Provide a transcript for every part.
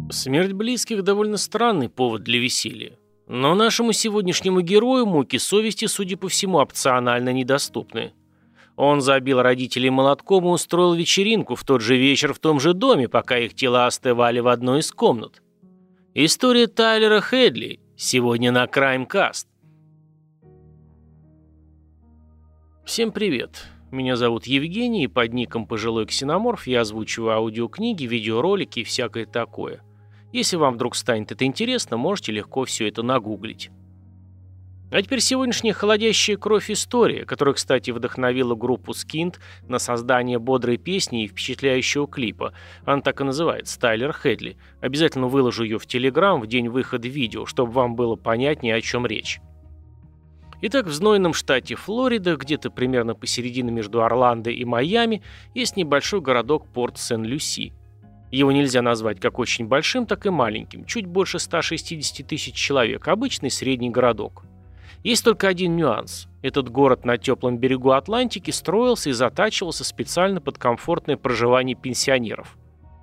Смерть близких довольно странный повод для веселья. Но нашему сегодняшнему герою муки совести, судя по всему, опционально недоступны. Он забил родителей молотком и устроил вечеринку в тот же вечер в том же доме, пока их тела остывали в одной из комнат. История Тайлера Хедли сегодня на Crimecast. Всем привет. Меня зовут Евгений, и под ником «Пожилой ксеноморф» я озвучиваю аудиокниги, видеоролики и всякое такое. Если вам вдруг станет это интересно, можете легко все это нагуглить. А теперь сегодняшняя холодящая кровь история, которая, кстати, вдохновила группу Skint на создание бодрой песни и впечатляющего клипа. Она так и называется «Тайлер Хедли». Обязательно выложу ее в Телеграм в день выхода видео, чтобы вам было понятнее, о чем речь. Итак, в знойном штате Флорида, где-то примерно посередине между Орландо и Майами, есть небольшой городок Порт-Сен-Люси. Его нельзя назвать как очень большим, так и маленьким, чуть больше 160 тысяч человек, обычный средний городок. Есть только один нюанс. Этот город на теплом берегу Атлантики строился и затачивался специально под комфортное проживание пенсионеров.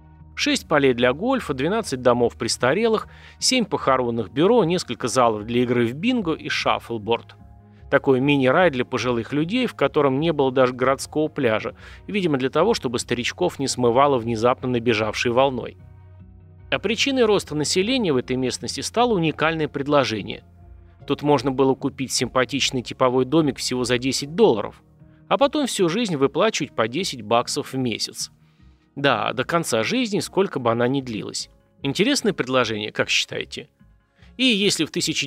6 полей для гольфа, 12 домов престарелых, 7 похоронных бюро, несколько залов для игры в бинго и шаффлборд. Такой мини-рай для пожилых людей, в котором не было даже городского пляжа, видимо для того, чтобы старичков не смывало внезапно набежавшей волной. А причиной роста населения в этой местности стало уникальное предложение. Тут можно было купить симпатичный типовой домик всего за $10, а потом всю жизнь выплачивать по $10 в месяц. Да, до конца жизни, сколько бы она ни длилась. Интересное предложение, как считаете? И если в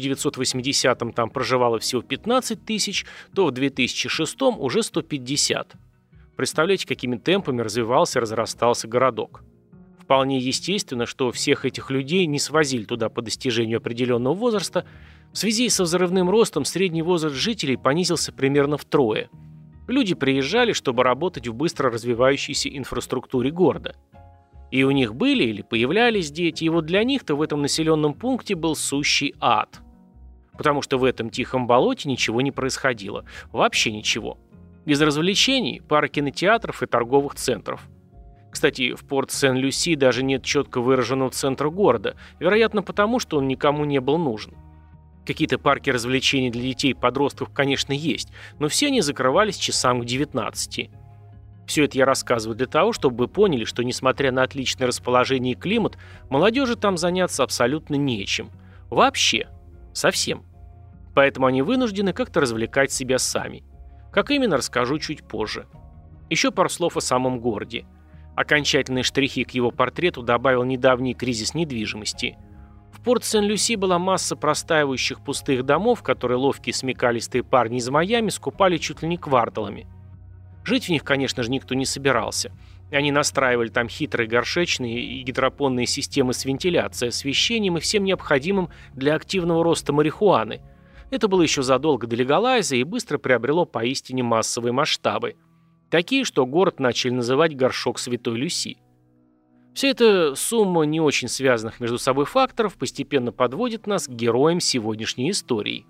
1980-м там проживало всего 15 тысяч, то в 2006-м уже 150. Представляете, какими темпами развивался и разрастался городок. Вполне естественно, что всех этих людей не свозили туда по достижению определенного возраста. В связи со взрывным ростом средний возраст жителей понизился примерно втрое. Люди приезжали, чтобы работать в быстро развивающейся инфраструктуре города. И у них были или появлялись дети, и вот для них-то в этом населенном пункте был сущий ад. Потому что в этом тихом болоте ничего не происходило. Вообще ничего. Из развлечений – пара кинотеатров и торговых центров. Кстати, в Порт-Сен-Люси даже нет четко выраженного центра города, вероятно потому, что он никому не был нужен. Какие-то парки развлечений для детей и подростков, конечно, есть, но все они закрывались часам к 19. Все это я рассказываю для того, чтобы вы поняли, что несмотря на отличное расположение и климат, молодежи там заняться абсолютно нечем. Вообще. Совсем. Поэтому они вынуждены как-то развлекать себя сами. Как именно, расскажу чуть позже. Еще пару слов о самом городе. Окончательные штрихи к его портрету добавил недавний кризис недвижимости. В Порт-Сен-Люси была масса простаивающих пустых домов, которые ловкие смекалистые парни из Майами скупали чуть ли не кварталами. Жить в них, конечно же, никто не собирался. Они настраивали там хитрые горшечные и гидропонные системы с вентиляцией, освещением и всем необходимым для активного роста марихуаны. Это было еще задолго до легалайза и быстро приобрело поистине массовые масштабы. Такие, что город начали называть «горшок Святой Люси». Вся эта сумма не очень связанных между собой факторов постепенно подводит нас к героям сегодняшней истории.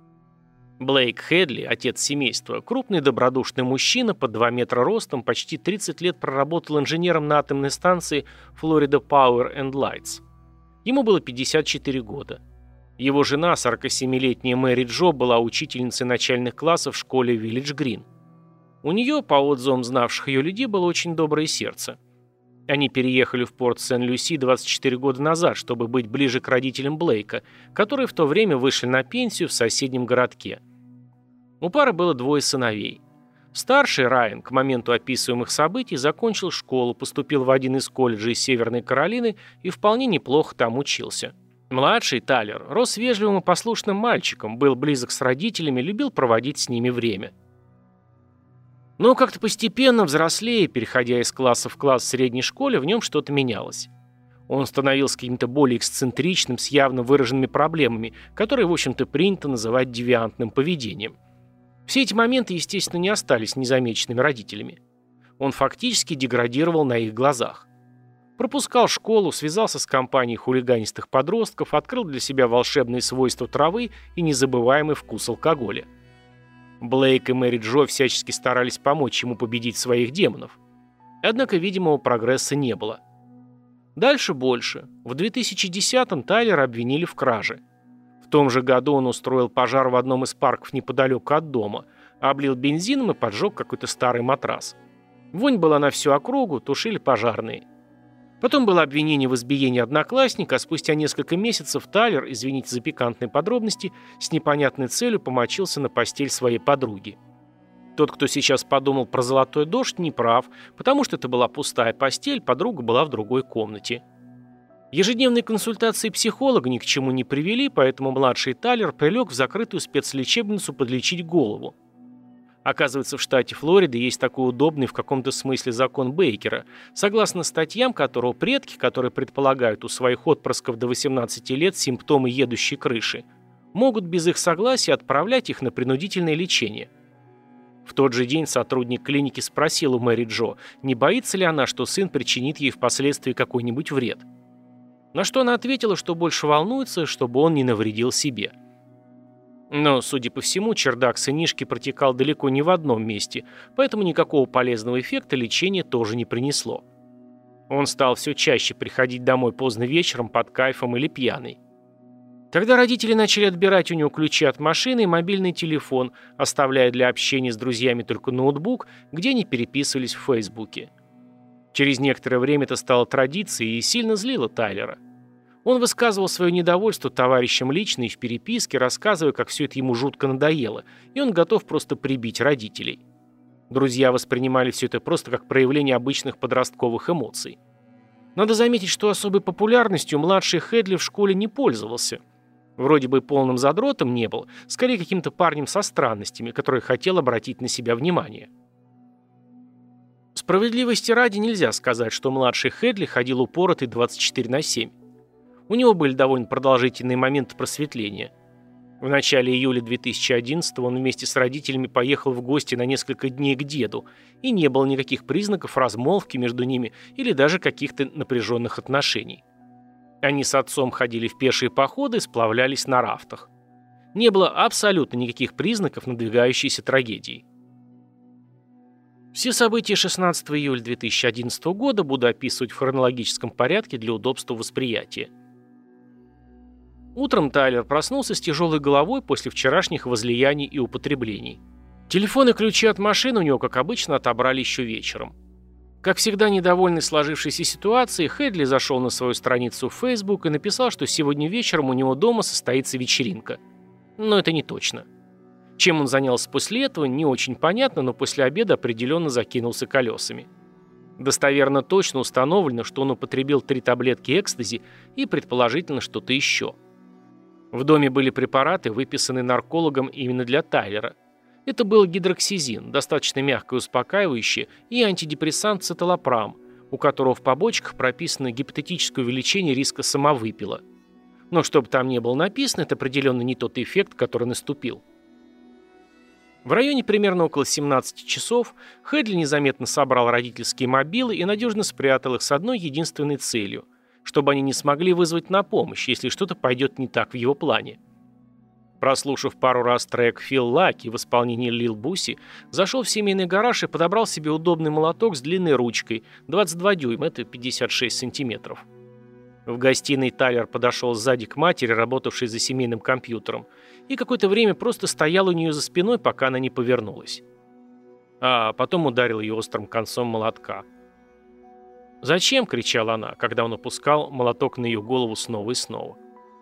Блейк Хедли, отец семейства, крупный добродушный мужчина под 2 метра ростом, почти 30 лет проработал инженером на атомной станции Florida Power and Lights. Ему было 54 года. Его жена, 47-летняя Мэри Джо, была учительницей начальных классов в школе Village Green. У нее, по отзывам знавших ее людей, было очень доброе сердце. Они переехали в Порт-Сен-Люси 24 года назад, чтобы быть ближе к родителям Блейка, которые в то время вышли на пенсию в соседнем городке. У пары было 2 сыновей. Старший, Райан, к моменту описываемых событий закончил школу, поступил в один из колледжей Северной Каролины и вполне неплохо там учился. Младший, Тайлер, рос вежливым и послушным мальчиком, был близок с родителями, любил проводить с ними время. Но как-то постепенно, взрослея, переходя из класса в класс в средней школе, в нем что-то менялось. Он становился каким-то более эксцентричным, с явно выраженными проблемами, которые, в общем-то, принято называть девиантным поведением. Все эти моменты, естественно, не остались незамеченными родителями. Он фактически деградировал на их глазах. Пропускал школу, связался с компанией хулиганистых подростков, открыл для себя волшебные свойства травы и незабываемый вкус алкоголя. Блейк и Мэри Джо всячески старались помочь ему победить своих демонов. Однако видимого прогресса не было. Дальше больше. В 2010-м Тайлера обвинили в краже. В том же году он устроил пожар в одном из парков неподалеку от дома, облил бензином и поджег какой-то старый матрас. Вонь была на всю округу, тушили пожарные. Потом было обвинение в избиении одноклассника, а спустя несколько месяцев Тайлер, извините за пикантные подробности, с непонятной целью помочился на постель своей подруги. Тот, кто сейчас подумал про золотой дождь, не прав, потому что это была пустая постель, подруга была в другой комнате. Ежедневные консультации психолога ни к чему не привели, поэтому младший Тайлер прилег в закрытую спецлечебницу подлечить голову. Оказывается, в штате Флорида есть такой удобный в каком-то смысле закон Бейкера, согласно статьям которого предки, которые предполагают у своих отпрысков до 18 лет симптомы едущей крыши, могут без их согласия отправлять их на принудительное лечение. В тот же день сотрудник клиники спросил у Мэри Джо, не боится ли она, что сын причинит ей впоследствии какой-нибудь вред. На что она ответила, что больше волнуется, чтобы он не навредил себе. Но, судя по всему, чердак сынишки протекал далеко не в одном месте, поэтому никакого полезного эффекта лечение тоже не принесло. Он стал все чаще приходить домой поздно вечером под кайфом или пьяный. Тогда родители начали отбирать у него ключи от машины и мобильный телефон, оставляя для общения с друзьями только ноутбук, где они переписывались в Фейсбуке. Через некоторое время это стало традицией и сильно злило Тайлера. Он высказывал свое недовольство товарищам лично и в переписке, рассказывая, как все это ему жутко надоело, и он готов просто прибить родителей. Друзья воспринимали все это просто как проявление обычных подростковых эмоций. Надо заметить, что особой популярностью младший Хедли в школе не пользовался. Вроде бы полным задротом не был, скорее каким-то парнем со странностями, который хотел обратить на себя внимание. Справедливости ради нельзя сказать, что младший Хедли ходил упоротый 24/7. У него были довольно продолжительные моменты просветления. В начале июля 2011-го он вместе с родителями поехал в гости на несколько дней к деду, и не было никаких признаков размолвки между ними или даже каких-то напряженных отношений. Они с отцом ходили в пешие походы и сплавлялись на рафтах. Не было абсолютно никаких признаков надвигающейся трагедии. Все события 16 июля 2011 года буду описывать в хронологическом порядке для удобства восприятия. Утром Тайлер проснулся с тяжелой головой после вчерашних возлияний и употреблений. Телефон и ключи от машины у него, как обычно, отобрали еще вечером. Как всегда, недовольный сложившейся ситуацией, Хедли зашел на свою страницу в Facebook и написал, что сегодня вечером у него дома состоится вечеринка. Но это не точно. Чем он занялся после этого, не очень понятно, но после обеда определенно закинулся колесами. Достоверно точно установлено, что он употребил 3 таблетки экстази и, предположительно, что-то еще. В доме были препараты, выписанные наркологом именно для Тайлера. Это был гидроксизин, достаточно мягкое успокаивающее, и антидепрессант цеталопрам, у которого в побочках прописано гипотетическое увеличение риска самовыпила. Но чтобы там не было написано, это определенно не тот эффект, который наступил. В районе примерно около 17 часов Хедли незаметно собрал родительские мобилы и надежно спрятал их с одной единственной целью – чтобы они не смогли вызвать на помощь, если что-то пойдет не так в его плане. Прослушав пару раз трек «Feel Lucky» в исполнении Lil Boosie, зашел в семейный гараж и подобрал себе удобный молоток с длинной ручкой, 22 дюйма, это 56 сантиметров. В гостиной Тайлер подошел сзади к матери, работавшей за семейным компьютером, и какое-то время просто стоял у нее за спиной, пока она не повернулась. А потом ударил ее острым концом молотка. «Зачем?» — кричала она, когда он опускал молоток на ее голову снова и снова.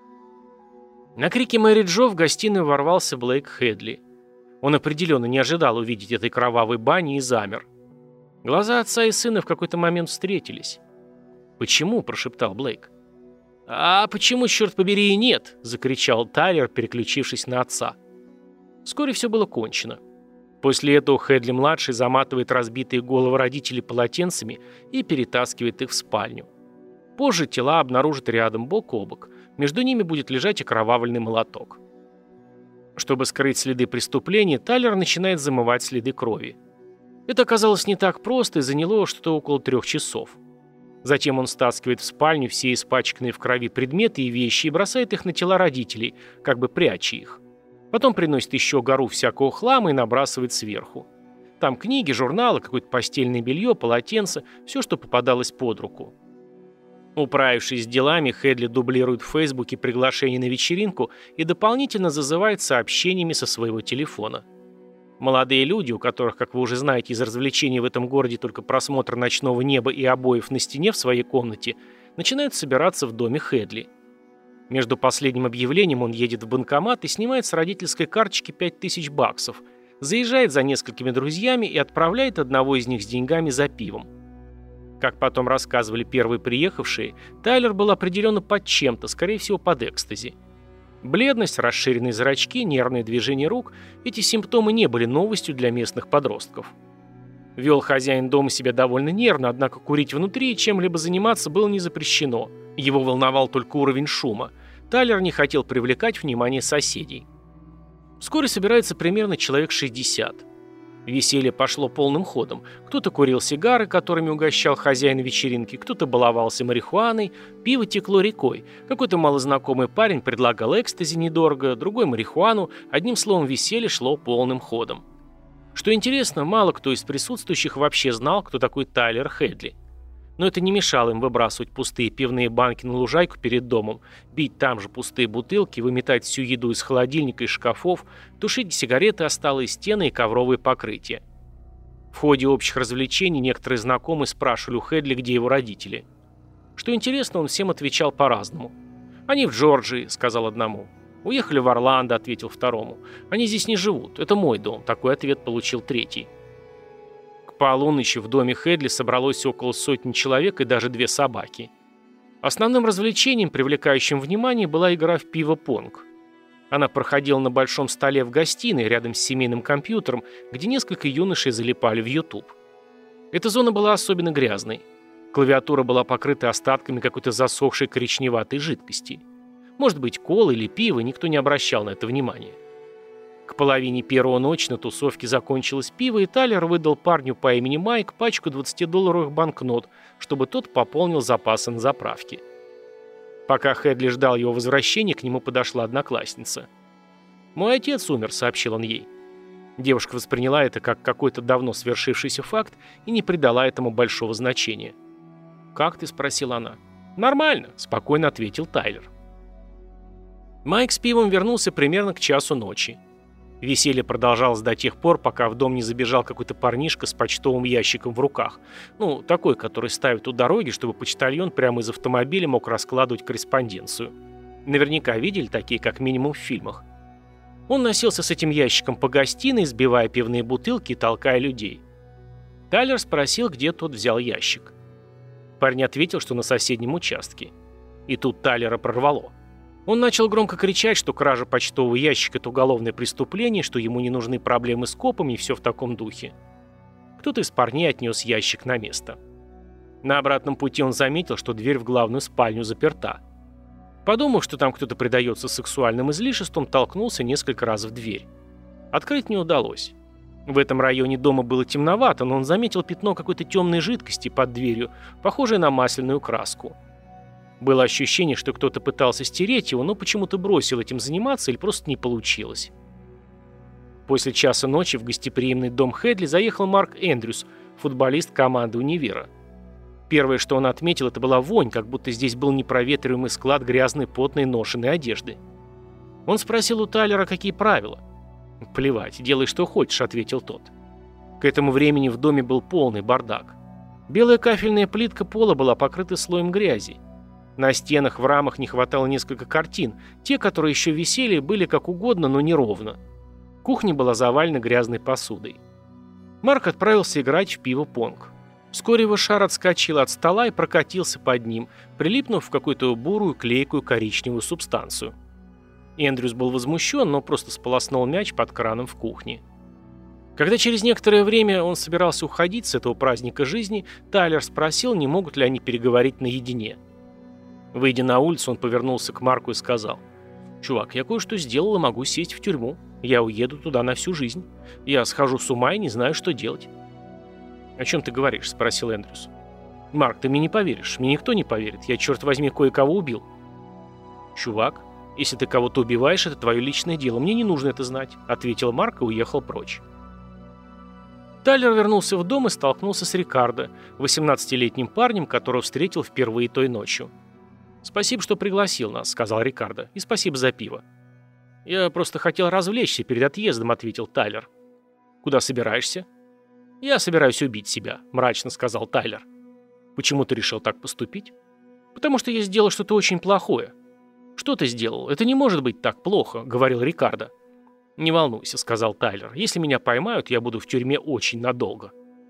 На крики Мэри Джо в гостиную ворвался Блейк Хедли. Он определенно не ожидал увидеть этой кровавой бани и замер. Глаза отца и сына в какой-то момент встретились. «Почему?» — прошептал Блейк. «А почему, черт побери, и нет?» — закричал Тайлер, переключившись на отца. Вскоре все было кончено. После этого Хедли-младший заматывает разбитые головы родителей полотенцами и перетаскивает их в спальню. Позже тела обнаружат рядом, бок о бок. Между ними будет лежать окровавленный молоток. Чтобы скрыть следы преступления, Тайлер начинает замывать следы крови. Это оказалось не так просто и заняло что-то около 3 часов. Затем он стаскивает в спальню все испачканные в крови предметы и вещи и бросает их на тела родителей, как бы пряча их. Потом приносит еще гору всякого хлама и набрасывает сверху. Там книги, журналы, какое-то постельное белье, полотенце, все, что попадалось под руку. Управившись с делами, Хедли дублирует в Фейсбуке приглашение на вечеринку и дополнительно зазывает сообщениями со своего телефона. Молодые люди, у которых, как вы уже знаете, из развлечений в этом городе только просмотр ночного неба и обоев на стене в своей комнате, начинают собираться в доме Хедли. Между последним объявлением он едет в банкомат и снимает с родительской карточки $5000, заезжает за несколькими друзьями и отправляет одного из них с деньгами за пивом. Как потом рассказывали первые приехавшие, Тайлер был определенно под чем-то, скорее всего под экстази. Бледность, расширенные зрачки, нервные движения рук – эти симптомы не были новостью для местных подростков. Вел хозяин дома себя довольно нервно, однако курить внутри и чем-либо заниматься было не запрещено. Его волновал только уровень шума. Тайлер не хотел привлекать внимание соседей. Вскоре собирается примерно человек 60. Веселье пошло полным ходом. Кто-то курил сигары, которыми угощал хозяин вечеринки, кто-то баловался марихуаной, пиво текло рекой. Какой-то малознакомый парень предлагал экстази недорого, другой марихуану, одним словом, веселье шло полным ходом. Что интересно, мало кто из присутствующих вообще знал, кто такой Тайлер Хедли. Но это не мешало им выбрасывать пустые пивные банки на лужайку перед домом, бить там же пустые бутылки, выметать всю еду из холодильника и шкафов, тушить сигареты о столы, стены и ковровые покрытия. В ходе общих развлечений некоторые знакомые спрашивали у Хедли, где его родители. Что интересно, он всем отвечал по-разному. «Они в Джорджии», — сказал одному. «Уехали в Орландо», — ответил второму. «Они здесь не живут. Это мой дом», — такой ответ получил третий. К полуночи в доме Хедли собралось около сотни человек и даже 2 собаки. Основным развлечением, привлекающим внимание, была игра в пиво-понг. Она проходила на большом столе в гостиной, рядом с семейным компьютером, где несколько юношей залипали в YouTube. Эта зона была особенно грязной. Клавиатура была покрыта остатками какой-то засохшей коричневатой жидкости. Может быть, колы или пиво, никто не обращал на это внимания. К половине первого ночи на тусовке закончилось пиво, и Тайлер выдал парню по имени Майк пачку $20 банкнот, чтобы тот пополнил запасы на заправке. Пока Хедли ждал его возвращения, к нему подошла одноклассница. «Мой отец умер», — сообщил он ей. Девушка восприняла это как какой-то давно свершившийся факт и не придала этому большого значения. «Как ты?» — спросила она. «Нормально», — спокойно ответил Тайлер. Майк с пивом вернулся примерно к часу ночи. Веселье продолжалось до тех пор, пока в дом не забежал какой-то парнишка с почтовым ящиком в руках. Ну, такой, который ставят у дороги, чтобы почтальон прямо из автомобиля мог раскладывать корреспонденцию. Наверняка видели такие, как минимум, в фильмах. Он носился с этим ящиком по гостиной, сбивая пивные бутылки и толкая людей. Тайлер спросил, где тот взял ящик. Парень ответил, что на соседнем участке. И тут Тайлера прорвало. Он начал громко кричать, что кража почтового ящика – это уголовное преступление, что ему не нужны проблемы с копами и все в таком духе. Кто-то из парней отнес ящик на место. На обратном пути он заметил, что дверь в главную спальню заперта. Подумав, что там кто-то предается сексуальным излишествам, толкнулся несколько раз в дверь. Открыть не удалось. В этом районе дома было темновато, но он заметил пятно какой-то темной жидкости под дверью, похожее на масляную краску. Было ощущение, что кто-то пытался стереть его, но почему-то бросил этим заниматься или просто не получилось. После часа ночи в гостеприимный дом Хедли заехал Марк Эндрюс, футболист команды универа. Первое, что он отметил, это была вонь, как будто здесь был непроветриваемый склад грязной, потной, ношеной одежды. Он спросил у Тайлера, какие правила. «Плевать, делай, что хочешь», — ответил тот. К этому времени в доме был полный бардак. Белая кафельная плитка пола была покрыта слоем грязи. На стенах в рамах не хватало несколько картин. Те, которые еще висели, были как угодно, но неровно. Кухня была завалена грязной посудой. Марк отправился играть в пиво-понг. Вскоре его шар отскочил от стола и прокатился под ним, прилипнув в какую-то бурую, клейкую, коричневую субстанцию. Эндрюс был возмущен, но просто сполоснул мяч под краном в кухне. Когда через некоторое время он собирался уходить с этого праздника жизни, Тайлер спросил, не могут ли они переговорить наедине. Выйдя на улицу, он повернулся к Марку и сказал: «Чувак, я кое-что сделал и могу сесть в тюрьму. Я уеду туда на всю жизнь. Я схожу с ума и не знаю, что делать». «О чем ты говоришь?» – спросил Эндрюс. «Марк, ты мне не поверишь. Мне никто не поверит. Я, черт возьми, кое-кого убил». «Чувак, если ты кого-то убиваешь, это твое личное дело. Мне не нужно это знать», – ответил Марк и уехал прочь. Тайлер вернулся в дом и столкнулся с Рикардо, 18-летним парнем, которого встретил впервые той ночью. «Спасибо, что пригласил нас», — сказал Рикардо, — «и спасибо за пиво». «Я просто хотел развлечься перед отъездом», — ответил Тайлер. «Куда собираешься?» «Я собираюсь убить себя», — мрачно сказал Тайлер. «Почему ты решил так поступить?» «Потому что я сделал что-то очень плохое». «Что ты сделал? Это не может быть так плохо», — говорил Рикардо. «Не волнуйся», — сказал Тайлер. «Если меня поймают, я буду в тюрьме очень надолго».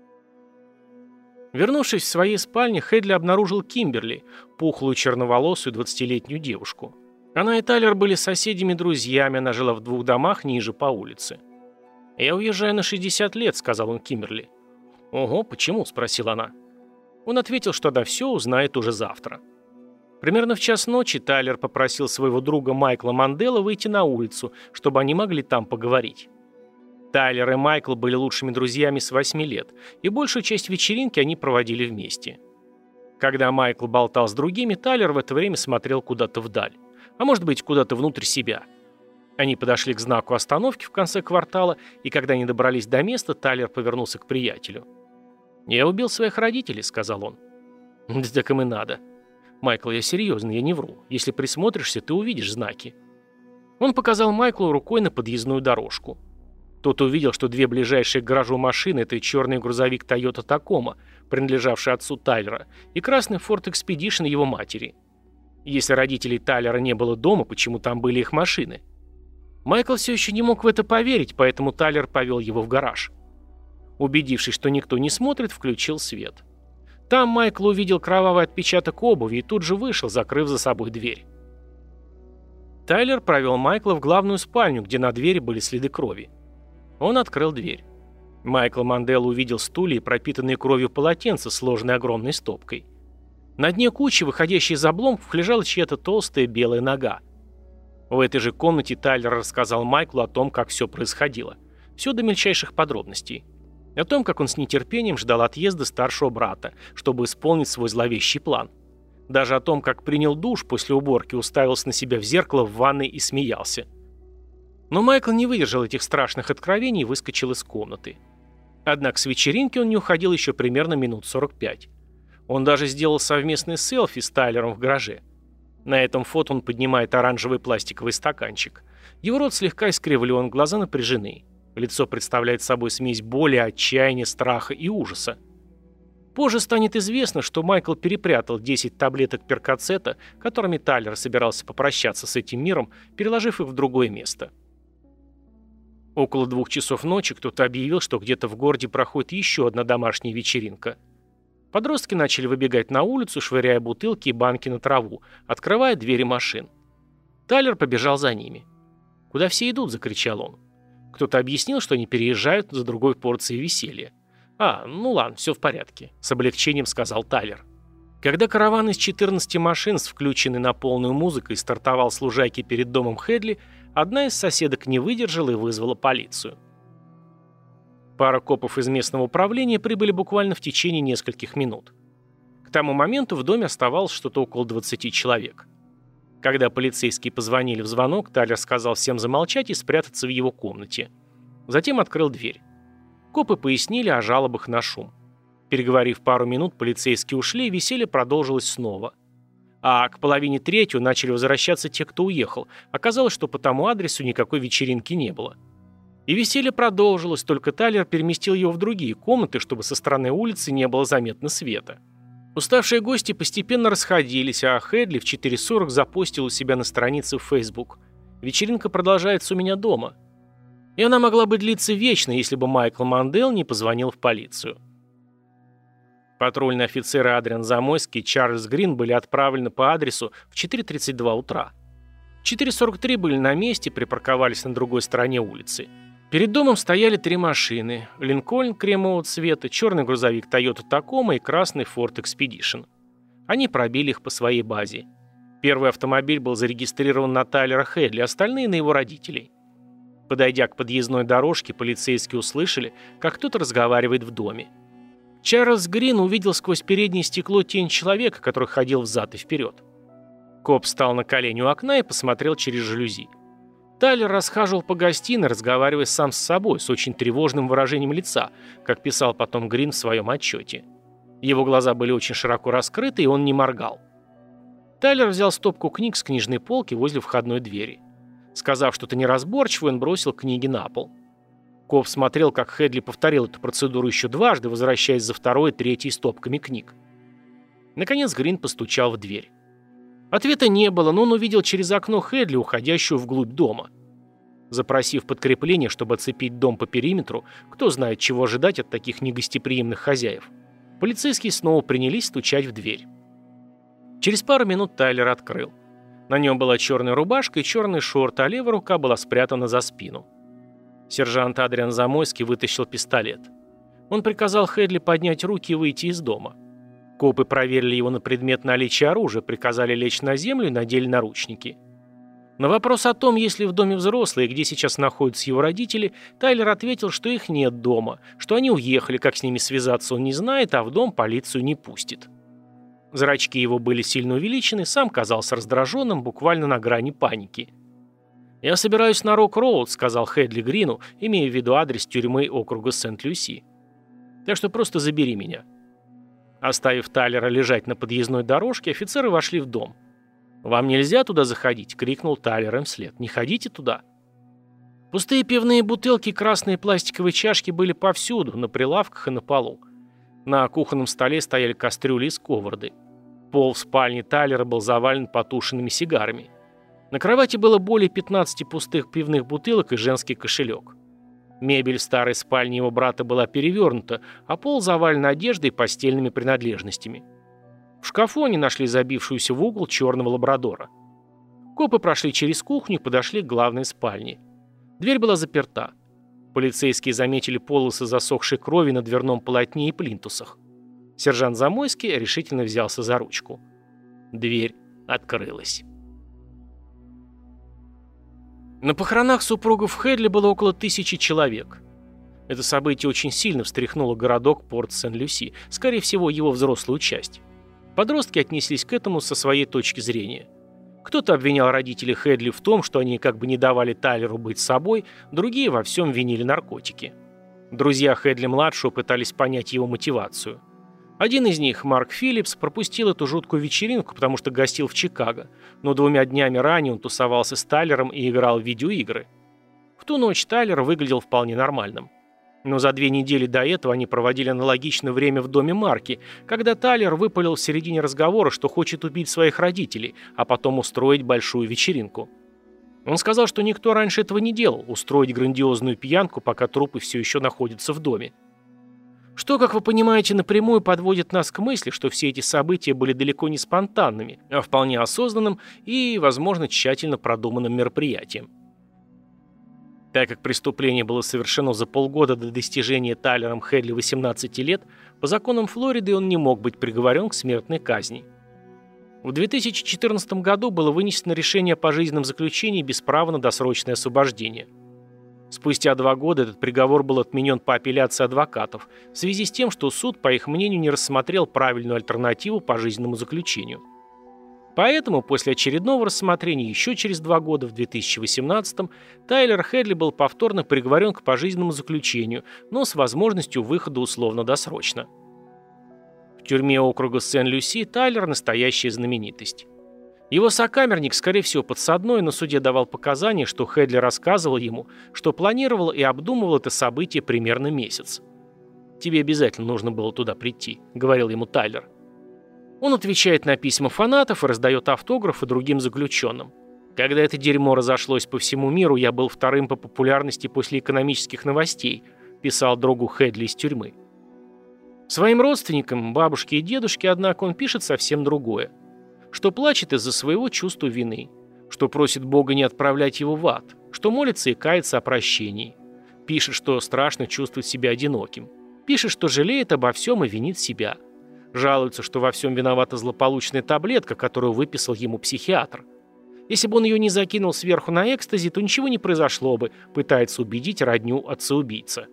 Вернувшись в своей спальне, Хедли обнаружил Кимберли, пухлую черноволосую 20-летнюю девушку. Она и Тайлер были соседями-друзьями, она жила в 2 домах ниже по улице. «Я уезжаю на 60 лет», — сказал он Кимберли. «Ого, почему?» — спросила она. Он ответил, что она все узнает уже завтра. Примерно в 1:00 ночи Тайлер попросил своего друга Майкла Манделла выйти на улицу, чтобы они могли там поговорить. Тайлер и Майкл были лучшими друзьями с 8 лет, и большую часть вечеринки они проводили вместе. Когда Майкл болтал с другими, Тайлер в это время смотрел куда-то вдаль, а может быть куда-то внутрь себя. Они подошли к знаку остановки в конце квартала, и когда они добрались до места, Тайлер повернулся к приятелю. «Я убил своих родителей», — сказал он. «Да так им и надо». «Майкл, я серьезно, я не вру. Если присмотришься, ты увидишь знаки». Он показал Майклу рукой на подъездную дорожку. Тот увидел, что 2 ближайшие к гаражу машины — это черный грузовик Toyota Tacoma, принадлежавший отцу Тайлера, и красный Ford Expedition его матери. Если родителей Тайлера не было дома, почему там были их машины? Майкл все еще не мог в это поверить, поэтому Тайлер повел его в гараж. Убедившись, что никто не смотрит, включил свет. Там Майкл увидел кровавый отпечаток обуви и тут же вышел, закрыв за собой дверь. Тайлер провел Майкла в главную спальню, где на двери были следы крови. Он открыл дверь. Майкл Манделл увидел стулья и пропитанные кровью полотенца, сложенные огромной стопкой. На дне кучи, выходящей из обломков, лежала чья-то толстая белая нога. В этой же комнате Тайлер рассказал Майклу о том, как все происходило. Все до мельчайших подробностей. О том, как он с нетерпением ждал отъезда старшего брата, чтобы исполнить свой зловещий план. Даже о том, как принял душ после уборки, уставился на себя в зеркало в ванной и смеялся. Но Майкл не выдержал этих страшных откровений и выскочил из комнаты. Однако с вечеринки он не уходил еще примерно минут 45. Он даже сделал совместный селфи с Тайлером в гараже. На этом фото он поднимает оранжевый пластиковый стаканчик. Его рот слегка искривлен, глаза напряжены. Лицо представляет собой смесь боли, отчаяния, страха и ужаса. Позже станет известно, что Майкл перепрятал 10 таблеток перкоцета, которыми Тайлер собирался попрощаться с этим миром, переложив их в другое место. Около 2 часов ночи кто-то объявил, что где-то в городе проходит еще одна домашняя вечеринка. Подростки начали выбегать на улицу, швыряя бутылки и банки на траву, открывая двери машин. Тайлер побежал за ними. «Куда все идут?» – закричал он. Кто-то объяснил, что они переезжают за другой порцией веселья. Ну ладно, все в порядке», – с облегчением сказал Тайлер. Когда караван из 14 машин с включенной на полную музыкой стартовал с лужайки перед домом Хедли, одна из соседок не выдержала и вызвала полицию. Пара копов из местного управления прибыли буквально в течение нескольких минут. К тому моменту в доме оставалось что-то около 20 человек. Когда полицейские позвонили в звонок, Тайлер сказал всем замолчать и спрятаться в его комнате. Затем открыл дверь. Копы пояснили о жалобах на шум. Переговорив пару минут, полицейские ушли, и веселье продолжилось снова. А к 2:30 начали возвращаться те, кто уехал. Оказалось, что по тому адресу никакой вечеринки не было. И веселье продолжилось, только Тайлер переместил его в другие комнаты, чтобы со стороны улицы не было заметно света. Уставшие гости постепенно расходились, а Хедли в 4:40 запостил у себя на странице в Facebook: «Вечеринка продолжается у меня дома». И она могла бы длиться вечно, если бы Майкл Манделл не позвонил в полицию. Патрульные офицеры Адриан Замойский и Чарльз Грин были отправлены по адресу в 4:32 утра. В 4:43 были на месте, припарковались на другой стороне улицы. Перед домом стояли 3 машины: Линкольн кремового цвета, черный грузовик Toyota Tacoma и красный Ford Expedition. Они пробили их по своей базе. Первый автомобиль был зарегистрирован на Тайлера Хедли, остальные на его родителей. Подойдя к подъездной дорожке, полицейские услышали, как кто-то разговаривает в доме. Чарльз Грин увидел сквозь переднее стекло тень человека, который ходил взад и вперед. Коп встал на колени у окна и посмотрел через жалюзи. Тайлер расхаживал по гостиной, разговаривая сам с собой, с очень тревожным выражением лица, как писал потом Грин в своем отчете. Его глаза были очень широко раскрыты, и он не моргал. Тайлер взял стопку книг с книжной полки возле входной двери. Сказав что-то неразборчивое, он бросил книги на пол. Коп смотрел, как Хедли повторил эту процедуру еще дважды, возвращаясь за второй и третьей стопками книг. Наконец Грин постучал в дверь. Ответа не было, но он увидел через окно Хедли, уходящую вглубь дома. Запросив подкрепление, чтобы оцепить дом по периметру, кто знает, чего ожидать от таких негостеприимных хозяев, полицейские снова принялись стучать в дверь. Через пару минут Тайлер открыл. На нем была черная рубашка и черные шорты, а левая рука была спрятана за спину. Сержант Адриан Замойский вытащил пистолет. Он приказал Хедли поднять руки и выйти из дома. Копы проверили его на предмет наличия оружия, приказали лечь на землю и надели наручники. На вопрос о том, есть ли в доме взрослые и где сейчас находятся его родители, Тайлер ответил, что их нет дома, что они уехали, как с ними связаться он не знает, а в дом полицию не пустит. Зрачки его были сильно увеличены, сам казался раздраженным, буквально на грани паники. «Я собираюсь на Рок-Роуд», — сказал Хедли Грину, имея в виду адрес тюрьмы округа Сент-Люси. «Так что просто забери меня». Оставив Тайлера лежать на подъездной дорожке, офицеры вошли в дом. «Вам нельзя туда заходить», — крикнул Тайлер им вслед. «Не ходите туда». Пустые пивные бутылки и красные пластиковые чашки были повсюду, на прилавках и на полу. На кухонном столе стояли кастрюли и сковороды. Пол в спальне Тайлера был завален потушенными сигарами. На кровати было более 15 пустых пивных бутылок и женский кошелек. Мебель в старой спальне его брата была перевернута, а пол завален одеждой и постельными принадлежностями. В шкафу они нашли забившуюся в угол черного лабрадора. Копы прошли через кухню и подошли к главной спальне. Дверь была заперта. Полицейские заметили полосы засохшей крови на дверном полотне и плинтусах. Сержант Замойский решительно взялся за ручку. Дверь открылась. На похоронах супругов Хедли было около 1000 человек. Это событие очень сильно встряхнуло городок Порт-Сен-Люси, скорее всего, его взрослую часть. Подростки отнеслись к этому со своей точки зрения. Кто-то обвинял родителей Хедли в том, что они как бы не давали Тайлеру быть собой, другие во всем винили наркотики. Друзья Хедли-младшего пытались понять его мотивацию. Один из них, Марк Филлипс, пропустил эту жуткую вечеринку, потому что гостил в Чикаго, но 2 днями ранее он тусовался с Тайлером и играл в видеоигры. В ту ночь Тайлер выглядел вполне нормальным. Но за 2 недели до этого они проводили аналогичное время в доме Марки, когда Тайлер выпалил в середине разговора, что хочет убить своих родителей, а потом устроить большую вечеринку. Он сказал, что никто раньше этого не делал, устроить грандиозную пьянку, пока трупы все еще находятся в доме. Что, как вы понимаете, напрямую подводит нас к мысли, что все эти события были далеко не спонтанными, а вполне осознанным и, возможно, тщательно продуманным мероприятием. Так как преступление было совершено за полгода до достижения Тайлером Хедли 18 лет, по законам Флориды он не мог быть приговорен к смертной казни. В 2014 году было вынесено решение о пожизненном заключении без права на досрочное освобождение. Спустя 2 года этот приговор был отменен по апелляции адвокатов в связи с тем, что суд, по их мнению, не рассмотрел правильную альтернативу пожизненному заключению. Поэтому после очередного рассмотрения еще через 2 года, в 2018-м, Тайлер Хедли был повторно приговорен к пожизненному заключению, но с возможностью выхода условно-досрочно. В тюрьме округа Сен-Люси Тайлер – настоящая знаменитость. Его сокамерник, скорее всего, подсадной, на суде давал показания, что Хедли рассказывал ему, что планировал и обдумывал это событие примерно месяц. «Тебе обязательно нужно было туда прийти», — говорил ему Тайлер. Он отвечает на письма фанатов и раздает автографы другим заключенным. «Когда это дерьмо разошлось по всему миру, я был 2-м по популярности после экономических новостей», — писал другу Хедли из тюрьмы. Своим родственникам, бабушке и дедушке, однако, он пишет совсем другое. Что плачет из-за своего чувства вины, что просит Бога не отправлять его в ад, что молится и кается о прощении. Пишет, что страшно чувствовать себя одиноким. Пишет, что жалеет обо всем и винит себя. Жалуется, что во всем виновата злополучная таблетка, которую выписал ему психиатр. Если бы он ее не закинул сверху на экстази, то ничего не произошло бы, пытается убедить родню отца-убийца.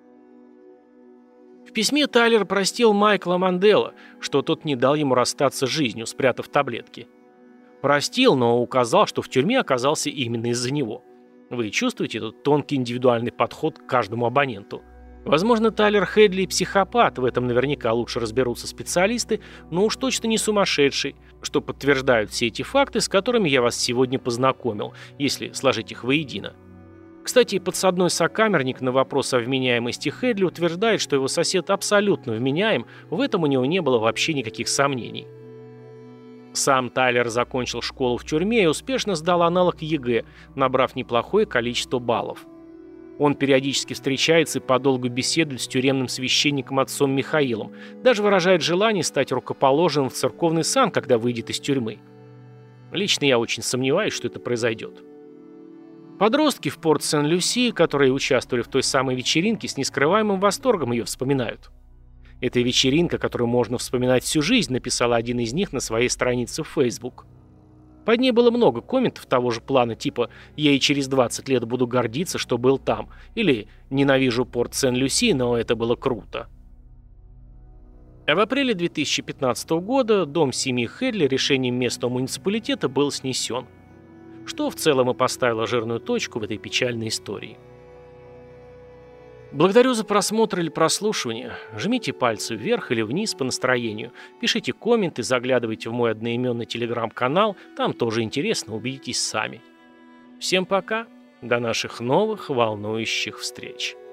В письме Тайлер простил Майкла Манделла, что тот не дал ему расстаться с жизнью, спрятав таблетки. Простил, но указал, что в тюрьме оказался именно из-за него. Вы чувствуете этот тонкий индивидуальный подход к каждому абоненту? Возможно, Тайлер Хедли психопат, в этом наверняка лучше разберутся специалисты, но уж точно не сумасшедший, что подтверждают все эти факты, с которыми я вас сегодня познакомил, если сложить их воедино. Кстати, подсадной сокамерник на вопрос о вменяемости Хедли утверждает, что его сосед абсолютно вменяем, в этом у него не было вообще никаких сомнений. Сам Тайлер закончил школу в тюрьме и успешно сдал аналог ЕГЭ, набрав неплохое количество баллов. Он периодически встречается и подолгу беседует с тюремным священником отцом Михаилом, даже выражает желание стать рукоположенным в церковный сан, когда выйдет из тюрьмы. Лично я очень сомневаюсь, что это произойдет. Подростки в Порт-Сен-Люсии, которые участвовали в той самой вечеринке, с нескрываемым восторгом ее вспоминают. «Это вечеринка, которую можно вспоминать всю жизнь», написал один из них на своей странице в Facebook. Под ней было много комментов того же плана, типа «Я и через 20 лет буду гордиться, что был там», или «Ненавижу Порт-Сен-Люси, но это было круто». А в апреле 2015 года дом семьи Хедли решением местного муниципалитета был снесен, что в целом и поставило жирную точку в этой печальной истории. Благодарю за просмотр или прослушивание. Жмите пальцы вверх или вниз по настроению. Пишите комменты, заглядывайте в мой одноименный телеграм-канал. Там тоже интересно, убедитесь сами. Всем пока. До наших новых волнующих встреч.